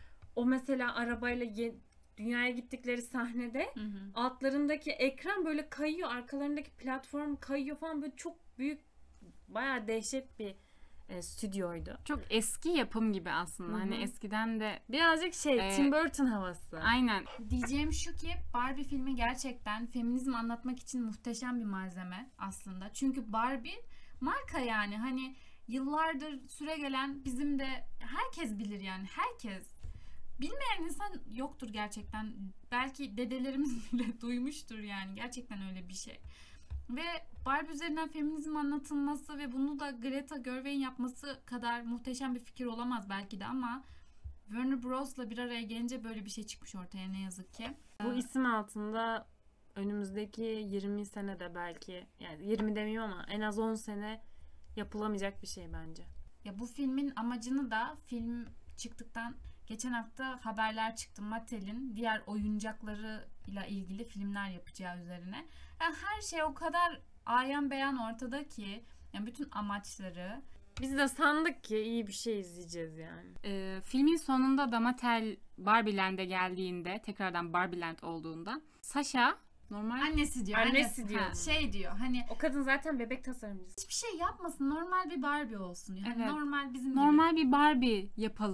O mesela arabayla dünyaya gittikleri sahnede altlarındaki ekran böyle kayıyor. Arkalarındaki platform kayıyor falan böyle çok büyük bayağı dehşet bir stüdyoydu. Çok eski yapım gibi aslında. Hani eskiden de Birazcık Tim Burton havası. aynen. Diyeceğim şu ki Barbie filmi gerçekten feminizm anlatmak için muhteşem bir malzeme aslında. Çünkü Barbie marka yani hani yıllardır süregelen bizim de herkes bilir yani herkes. Bilmeyen insan yoktur gerçekten. Belki dedelerimiz bile duymuştur yani gerçekten öyle bir şey. Ve Barbie üzerinden feminizm anlatılması ve bunu da Greta Gerwig'in yapması kadar muhteşem bir fikir olamaz belki de ama Warner Bros'la bir araya gelince böyle bir şey çıkmış ortaya ne yazık ki. Bu isim altında önümüzdeki 20 sene de belki yani 20 demeyeyim ama en az 10 sene yapılamayacak bir şey bence. Ya bu filmin amacını da film çıktıktan geçen hafta haberler çıktı. Mattel'in diğer oyuncaklarıyla ilgili filmler yapacağı üzerine. Yani her şey o kadar ayan beyan ortada ki yani bütün amaçları. Biz de sandık ki iyi bir şey izleyeceğiz yani. Filmin sonunda da Mattel Barbie Land'e geldiğinde tekrardan Barbie Land olduğunda Sasha Normal. Annesi diyor. Annesi diyor. Ha, şey diyor hani O kadın zaten bebek tasarımcısı. hiçbir şey yapmasın, normal bir Barbie olsun. Yani Evet. normal bizim gibi. Normal bir Barbie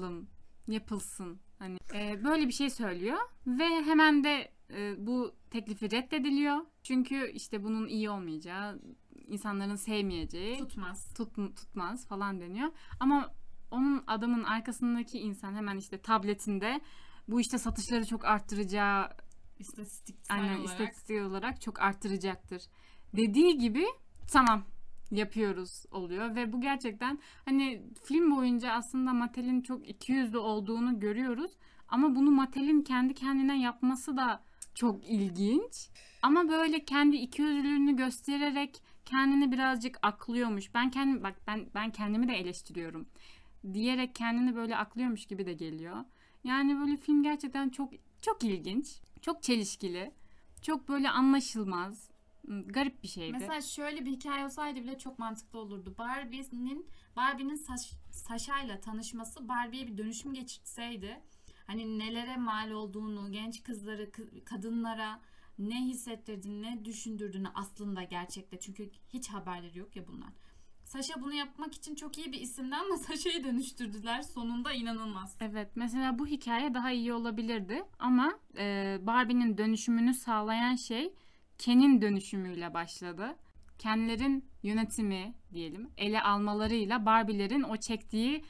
yapılsın. Hani böyle bir şey söylüyor ve hemen de bu teklifi reddediliyor. Çünkü işte bunun iyi olmayacağı, insanların sevmeyeceği, Tutmaz. tutmaz falan deniyor. Ama onun adamın arkasındaki insan hemen işte tabletinde bu işte satışları çok arttıracağı, İstatistiksel olarak. istatistiksel olarak çok arttıracaktır dediği gibi tamam yapıyoruz oluyor ve bu gerçekten hani film boyunca aslında Mattel'in çok ikiyüzlü olduğunu görüyoruz ama bunu Mattel'in kendi kendine yapması da çok ilginç. Ama böyle kendi ikiyüzlülüğünü göstererek kendini birazcık aklıyormuş. Ben kendimi de eleştiriyorum diyerek kendini böyle aklıyormuş gibi de geliyor. Yani böyle film gerçekten çok çok ilginç, çok çelişkili, çok böyle anlaşılmaz, garip bir şeydi. Mesela şöyle bir hikaye olsaydı bile çok mantıklı olurdu. Barbie'nin Sasha'yla tanışması Barbie'ye bir dönüşüm geçirseydi, hani nelere mal olduğunu, genç kızları, kadınlara ne hissettirdiğini, ne düşündürdüğünü aslında gerçekte. Çünkü hiç haberleri yok ya bunlar. Sasha bunu yapmak için çok iyi bir isimdi ama Sasha'yı dönüştürdüler. Sonunda inanılmaz. Evet, mesela bu hikaye daha iyi olabilirdi ama Barbie'nin dönüşümünü sağlayan şey Ken'in dönüşümüyle başladı. Kenlerin yönetimi diyelim, ele almalarıyla Barbie'lerin o çektiği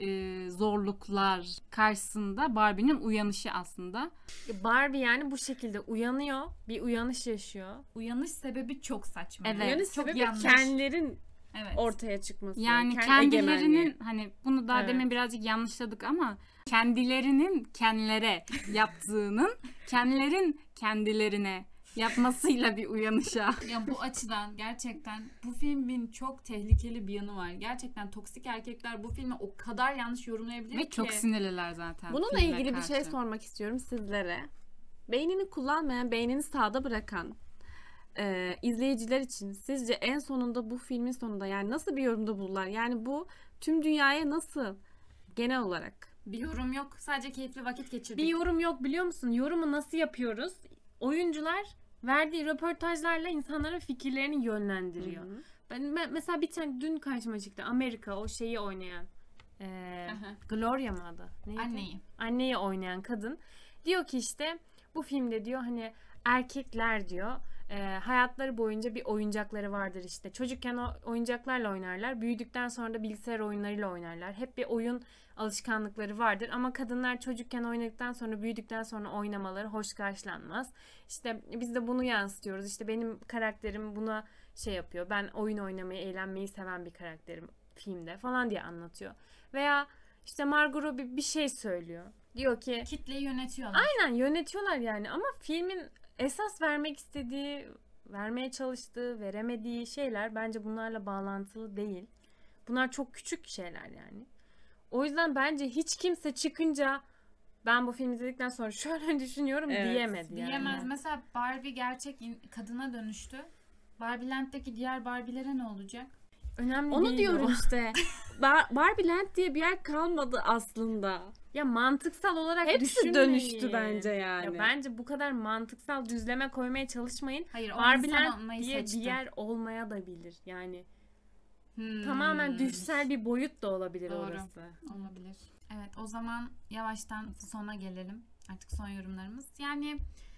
zorluklar karşısında Barbie'nin uyanışı aslında. Barbie yani bu şekilde uyanıyor. Bir uyanış yaşıyor. Uyanış sebebi çok saçma. Evet. Uyanış Çok sebebi yanlış. kendilerin Evet. ortaya çıkması. Yani kendi kendilerinin egemenliği. hani bunu daha Evet. demin birazcık yanlışladık ama kendilerinin kendilerine yaptığının kendilerin kendilerine yapmasıyla bir uyanışa. Ya bu açıdan gerçekten bu filmin çok tehlikeli bir yanı var. Gerçekten toksik erkekler bu filmi o kadar yanlış yorumlayabilir Ve ki. çok sinirliler zaten. Bununla filme ilgili bir karşı. şey sormak istiyorum sizlere. Beynini kullanmayan, beynini sağda bırakan izleyiciler için sizce en sonunda bu filmin sonunda yani nasıl bir yorumda bulurlar? Yani bu tüm dünyaya nasıl genel olarak? Bir yorum yok. Sadece keyifli vakit geçirdik. Bir yorum yok biliyor musun? Yorumu nasıl yapıyoruz? Oyuncular verdiği röportajlarla insanların fikirlerini yönlendiriyor. Hı hı. Mesela bir tane dün karşıma çıktı. Amerika o şeyi oynayan. Aha. Gloria mı adı? Neydi? Anneyi. Anneyi oynayan kadın. Diyor ki işte bu filmde diyor hani erkekler diyor hayatları boyunca bir oyuncakları vardır işte. Çocukken o oyuncaklarla oynarlar. Büyüdükten sonra da bilgisayar oyunlarıyla oynarlar. Hep bir oyun alışkanlıkları vardır. Ama kadınlar çocukken oynadıktan sonra büyüdükten sonra oynamaları hoş karşılanmaz. İşte biz de bunu yansıtıyoruz. İşte benim karakterim buna şey yapıyor. Ben oyun oynamayı, eğlenmeyi seven bir karakterim filmde falan diye anlatıyor. Veya işte Margot Robbie bir şey söylüyor. Diyor ki Kitleyi yönetiyorlar. aynen yönetiyorlar yani ama filmin esas vermek istediği, vermeye çalıştığı, veremediği şeyler bence bunlarla bağlantılı değil. Bunlar çok küçük şeyler yani. O yüzden bence hiç kimse çıkınca ben bu filmi izledikten sonra şöyle düşünüyorum Evet, diyemedi yani. Diyemez. Mesela Barbie gerçek kadına dönüştü. Barbieland'deki diğer Barbie'lere ne olacak? Önemli Onu değil diyorum o. işte. Barbie Land diye bir yer kalmadı aslında. Ya mantıksal olarak Hepsi düşünmeyin. dönüştü bence yani. Ya bence bu kadar mantıksal düzleme koymaya çalışmayın. Hayır, o Barbie insan Land olmayı diye seçti. bir yer olmaya da bilir. Yani Hmm. tamamen düşsel bir boyut da olabilir Doğru. orası. Olabilir. Evet, o zaman yavaştan sona gelelim. Artık son yorumlarımız. Yani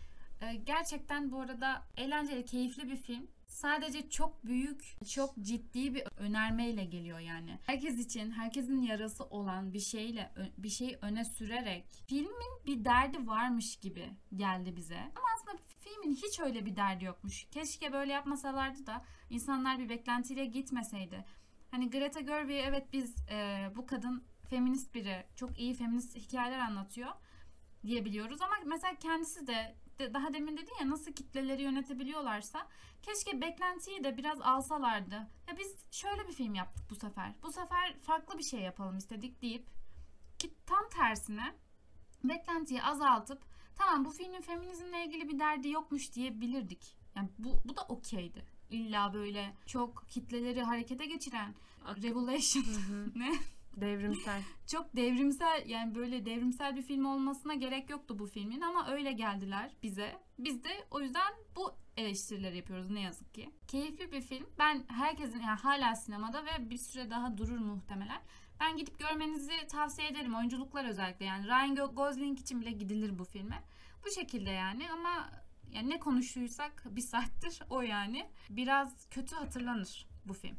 gerçekten bu arada eğlenceli, keyifli bir film. Sadece çok büyük, çok ciddi bir önermeyle geliyor yani. Herkes için, herkesin yarası olan bir şeyi öne sürerek filmin bir derdi varmış gibi geldi bize. Ama aslında filmin hiç öyle bir derdi yokmuş. Keşke böyle yapmasalardı da insanlar bir beklentiyle gitmeseydi. Hani Greta Gerwig, evet biz bu kadın feminist biri, çok iyi feminist hikayeler anlatıyor diyebiliyoruz ama mesela kendisi de daha demin dedi ya nasıl kitleleri yönetebiliyorlarsa keşke beklentiyi de biraz alsalardı. Ya biz şöyle bir film yaptık bu sefer. Bu sefer farklı bir şey yapalım istedik deyip ki tam tersine beklentiyi azaltıp tamam bu filmin feminizmle ilgili bir derdi yokmuş diyebilirdik. Yani bu da okeydi. İlla böyle çok kitleleri harekete geçiren Revolution ne? Devrimsel. Çok devrimsel, yani böyle devrimsel bir film olmasına gerek yoktu bu filmin ama öyle geldiler bize. Biz de o yüzden bu eleştirileri yapıyoruz ne yazık ki. Keyifli bir film. Ben herkesin, yani hala sinemada ve bir süre daha durur muhtemelen. Ben gidip görmenizi tavsiye ederim. Oyunculuklar özellikle, yani Ryan Gosling için bile gidilir bu filme. Bu şekilde yani, ama yani ne konuştuysak bir saattir o yani. Biraz kötü hatırlanır bu film.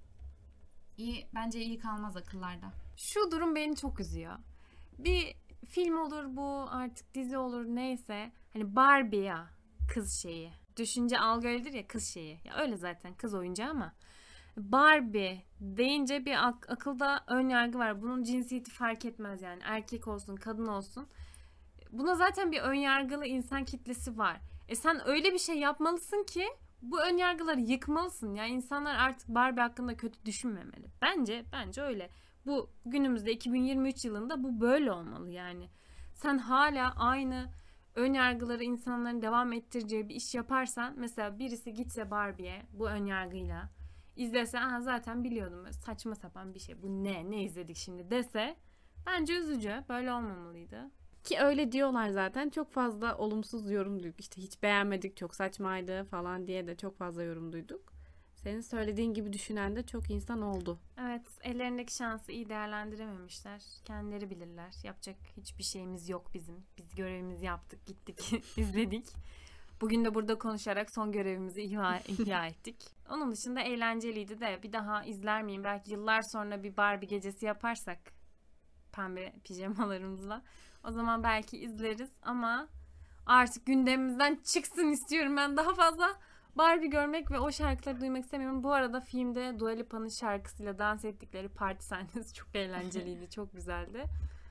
Bence iyi kalmaz akıllarda. Şu durum beni çok üzüyor. Bir film olur bu, artık dizi olur, neyse. Hani Barbie ya, kız şeyi. Düşünce algı öyledir ya, kız şeyi. Ya öyle zaten, kız oyuncağı ama Barbie deyince bir akılda ön yargı var. Bunun cinsiyeti fark etmez yani. Erkek olsun, kadın olsun. Buna zaten bir ön yargılı insan kitlesi var. Sen öyle bir şey yapmalısın ki bu ön yargıları yıkmalısın. Yani insanlar artık Barbie hakkında kötü düşünmemeli. Bence öyle. Bu günümüzde 2023 yılında bu böyle olmalı yani. Sen hala aynı ön yargıları insanların devam ettireceği bir iş yaparsan, mesela birisi gitse Barbie'ye bu ön yargıyla izlese, zaten biliyordum, saçma sapan bir şey bu, ne izledik şimdi dese, bence üzücü. Böyle olmamalıydı. Ki öyle diyorlar zaten. Çok fazla olumsuz yorum duyduk. İşte hiç beğenmedik, çok saçmaydı falan diye de çok fazla yorum duyduk. Senin söylediğin gibi düşünen de çok insan oldu. Evet, ellerindeki şansı iyi değerlendirememişler. Kendileri bilirler. Yapacak hiçbir şeyimiz yok bizim. Biz görevimizi yaptık, gittik, izledik. Bugün de burada konuşarak son görevimizi ihya ettik. Onun dışında eğlenceliydi de bir daha izler miyim? Belki yıllar sonra bir Barbie gecesi yaparsak pembe pijamalarımızla, o zaman belki izleriz ama artık gündemimizden çıksın istiyorum. Ben daha fazla Barbie görmek ve o şarkıları duymak istemiyorum. Bu arada filmde Dua Lipa'nın şarkısıyla dans ettikleri parti sahnesi çok eğlenceliydi, çok güzeldi.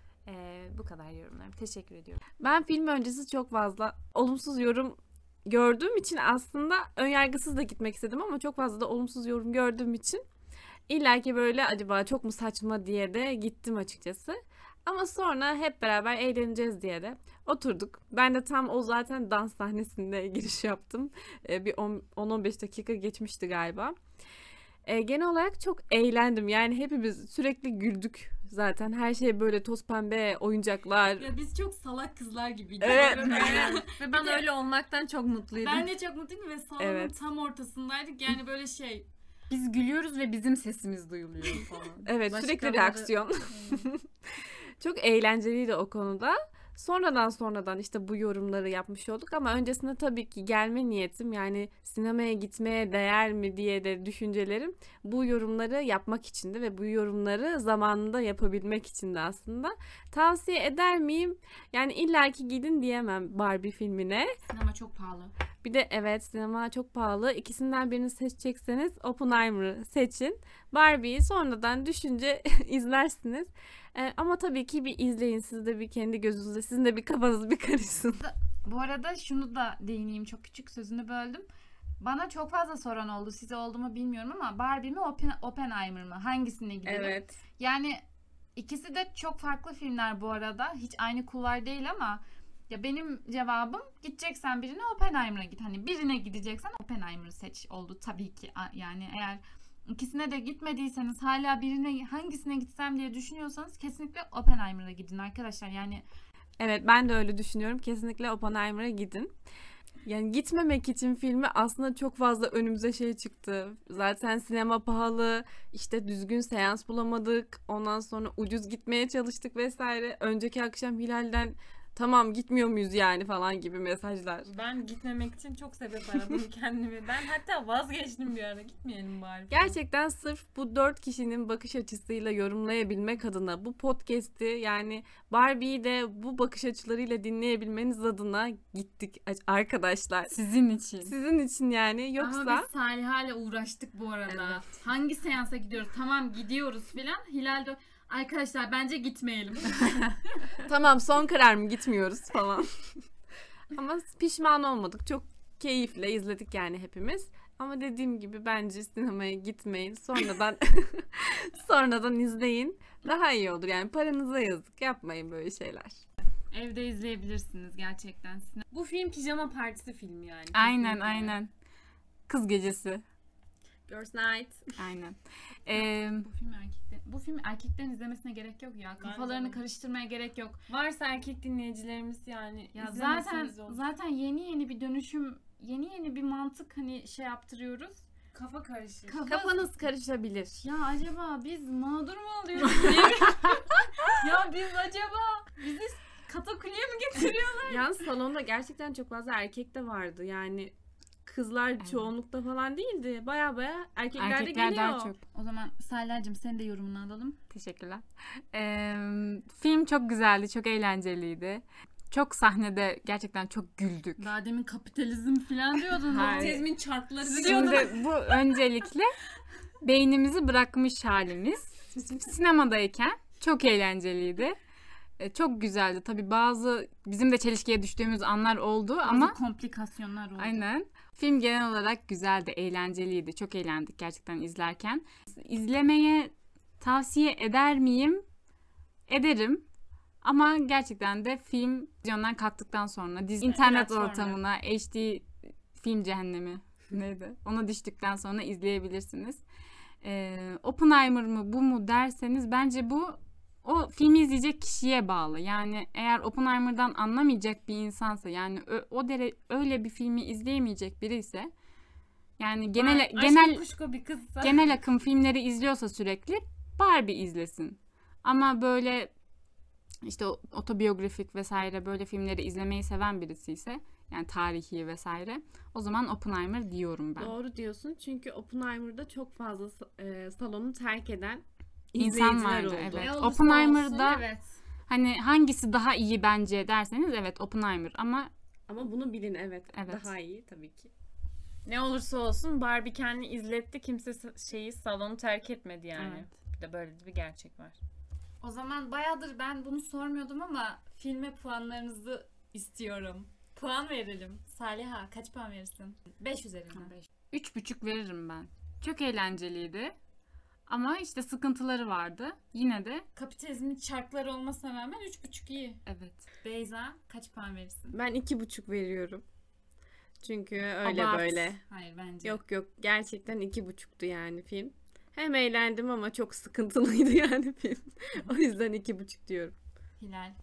Bu kadar yorumlarım. Teşekkür ediyorum. Ben film öncesi çok fazla olumsuz yorum gördüğüm için aslında önyargısız da gitmek istedim ama çok fazla da olumsuz yorum gördüğüm için illaki böyle acaba çok mu saçma diye de gittim açıkçası. Ama sonra hep beraber eğleneceğiz diye de oturduk. Ben de tam o zaten dans sahnesinde giriş yaptım. Bir 10-15 dakika geçmişti galiba. Genel olarak çok eğlendim. Yani hepimiz sürekli güldük. Zaten her şey böyle toz pembe oyuncaklar. Ya biz çok salak kızlar gibiydik. Evet. Ve ben öyle olmaktan çok mutluydum. Ben de çok mutluyum ve salonun tam ortasındaydık. Yani böyle şey. Biz gülüyoruz ve bizim sesimiz duyuluyor falan. Evet, sürekli reaksiyon. Çok eğlenceliydi o konuda. Sonradan işte bu yorumları yapmış olduk ama öncesinde tabii ki gelme niyetim, yani sinemaya gitmeye değer mi diye de düşüncelerim bu yorumları yapmak içindi ve bu yorumları zamanında yapabilmek içindi aslında. Tavsiye eder miyim? Yani illaki gidin diyemem Barbie filmine. Sinema çok pahalı. Bir de evet, sinema çok pahalı. İkisinden birini seçecekseniz Oppenheimer'ı seçin. Barbie'yi sonradan düşünce izlersiniz. Ama tabii ki bir izleyin. Siz de bir kendi gözünüzde, sizin de bir kafanız bir karışsın. Bu arada şunu da değineyim, çok küçük, sözünü böldüm. Bana çok fazla soran oldu. Size oldu mu bilmiyorum ama Barbie mi Oppenheimer mı? Hangisine gidelim? Evet. Yani ikisi de çok farklı filmler bu arada. Hiç aynı kulvar değil ama ya benim cevabım, gideceksen birine Oppenheimer'a git. Hani birine gideceksen Oppenheimer'ı seç oldu tabii ki. Yani eğer ikisine de gitmediyseniz, hala birine hangisine gitsem diye düşünüyorsanız kesinlikle Oppenheimer'a gidin arkadaşlar. Yani evet, ben de öyle düşünüyorum. Kesinlikle Oppenheimer'a gidin. Yani gitmemek için filmi aslında çok fazla önümüze şey çıktı. Zaten sinema pahalı, işte düzgün seans bulamadık. Ondan sonra ucuz gitmeye çalıştık vesaire. Önceki akşam Hilal'den tamam gitmiyor muyuz yani falan gibi mesajlar. Ben gitmemek için çok sebep aradım kendimi. Ben hatta vazgeçtim bir ara, gitmeyelim bari. Gerçekten sırf bu 4 kişinin bakış açısıyla yorumlayabilmek adına bu podcast'i, yani Barbie'yi de bu bakış açılarıyla dinleyebilmeniz adına gittik arkadaşlar. Sizin için. Sizin için yani, yoksa... Ama biz Saliha'yla uğraştık bu arada. Evet. Hangi seansa gidiyoruz? Tamam gidiyoruz filan. Hilal de arkadaşlar bence gitmeyelim. Tamam, son karar mı, gitmiyoruz falan. Ama pişman olmadık. Çok keyifle izledik yani hepimiz. Ama dediğim gibi bence sinemaya gitmeyin. Sonradan izleyin. Daha iyi olur. Yani paranıza yazık. Yapmayın böyle şeyler. Evde izleyebilirsiniz gerçekten. Bu film pijama partisi filmi yani. Aynen Kesinlikle. aynen. Kız gecesi. Girls Night. Aynen. Bu film erkekler bu filmi erkeklerin izlemesine gerek yok ya. Kafalarını de. karıştırmaya gerek yok. Varsa erkek dinleyicilerimiz yani Ya izlemeseniz olur. zaten yeni bir dönüşüm, yeni bir mantık hani şey yaptırıyoruz. Kafa karışır. Kafanız karışabilir. Ya acaba biz mağdur mu oluyoruz? Ya biz acaba bizi katakulliye mi getiriyor? Yalnız salonda gerçekten çok fazla erkek de vardı. Yani kızlar çoğunlukta falan değildi. Baya erkekler de Erkekler geliyor. daha çok. O zaman Sayla'cığım senin de yorumunu alalım. Teşekkürler. Film çok güzeldi, çok eğlenceliydi. Çok sahnede gerçekten çok güldük. Daha demin kapitalizm falan diyordun. Hayır. Kapitalizmin çarkları diyordun. Şimdi bu öncelikle beynimizi bırakmış halimiz. Sinemadayken çok eğlenceliydi. Çok güzeldi. Tabii bazı bizim de çelişkiye düştüğümüz anlar oldu ama komplikasyonlar oldu. aynen. Film genel olarak güzeldi, eğlenceliydi. Çok eğlendik gerçekten izlerken. İzlemeye tavsiye eder miyim? Ederim. Ama gerçekten de film vizyondan kalktıktan sonra internet platformda. ortamına HD film cehennemi neydi? Ona düştükten sonra izleyebilirsiniz. Oppenheimer mı bu mu derseniz bence bu o filmi izleyecek kişiye bağlı. Yani eğer Oppenheimer'dan anlamayacak bir insansa yani öyle bir filmi izleyemeyecek biri ise yani genel kuşku bir kızsa. genel akım filmleri izliyorsa sürekli Barbie izlesin. Ama böyle işte otobiyografik vesaire böyle filmleri izlemeyi seven birisi ise yani tarihi vesaire o zaman Oppenheimer diyorum ben. Doğru diyorsun. Çünkü Oppenheimer'da çok fazla salonu terk eden İnsan izleyiciler vardı, oldu. evet. Ne olursa Oppenheimer'da- olsun, evet. Hani hangisi daha iyi bence derseniz evet Oppenheimer ama Ama bunu bilin evet. Evet. Daha iyi tabii ki. Ne olursa olsun Barbie kendini izletti. Kimse salonu terk etmedi yani. Evet. Bir de böyle bir gerçek var. O zaman bayağıdır ben bunu sormuyordum ama filme puanlarınızı istiyorum. Puan verelim. Saliha kaç puan verirsin? 5 üzerinden. 3,5 veririm ben. Çok eğlenceliydi. Ama işte sıkıntıları vardı. Yine de Kapitalizmin çarkları olmasına rağmen 3,5 iyi. evet. Beyza kaç puan verirsin? Ben 2,5 veriyorum. Çünkü öyle Abart. böyle. Hayır bence. Yok gerçekten 2,5'tu yani film. Hem eğlendim ama çok sıkıntılıydı yani film. O yüzden 2,5 diyorum. Hilal.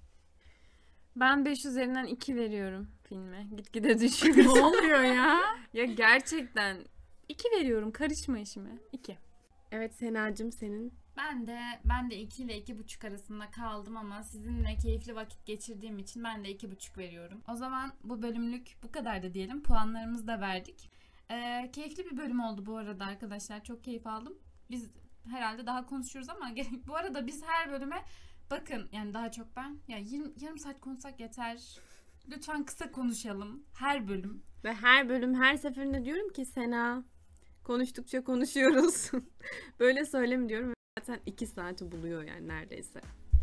Ben 5 üzerinden 2 veriyorum filme. Gitgide düşüyor. Ne oluyor ya? Ya gerçekten 2 veriyorum. Karışma işime. 2. Evet Senacığım senin. Ben de 2 ile 2,5 arasında kaldım ama sizinle keyifli vakit geçirdiğim için ben de 2,5 veriyorum. O zaman bu bölümlük bu kadar da diyelim. Puanlarımızı da verdik. Keyifli bir bölüm oldu bu arada arkadaşlar. Çok keyif aldım. Biz herhalde daha konuşuruz ama bu arada biz her bölüme bakın yani daha çok ben ya yarım saat konuşsak yeter. Lütfen kısa konuşalım. Her bölüm. Ve her bölüm her seferinde diyorum ki Sena konuştukça konuşuyoruz. Böyle söyleme diyorum. Zaten 2 saati buluyor yani neredeyse.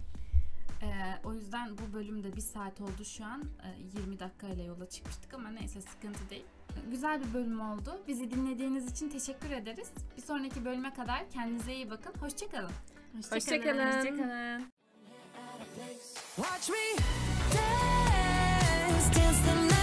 O yüzden bu bölümde 1 saat oldu şu an. 20 dakikayla yola çıkmıştık ama neyse sıkıntı değil. Güzel bir bölüm oldu. Bizi dinlediğiniz için teşekkür ederiz. Bir sonraki bölüme kadar kendinize iyi bakın. Hoşçakalın. Hoşçakalın. Hoşçakalın. Watch me dance, dance the night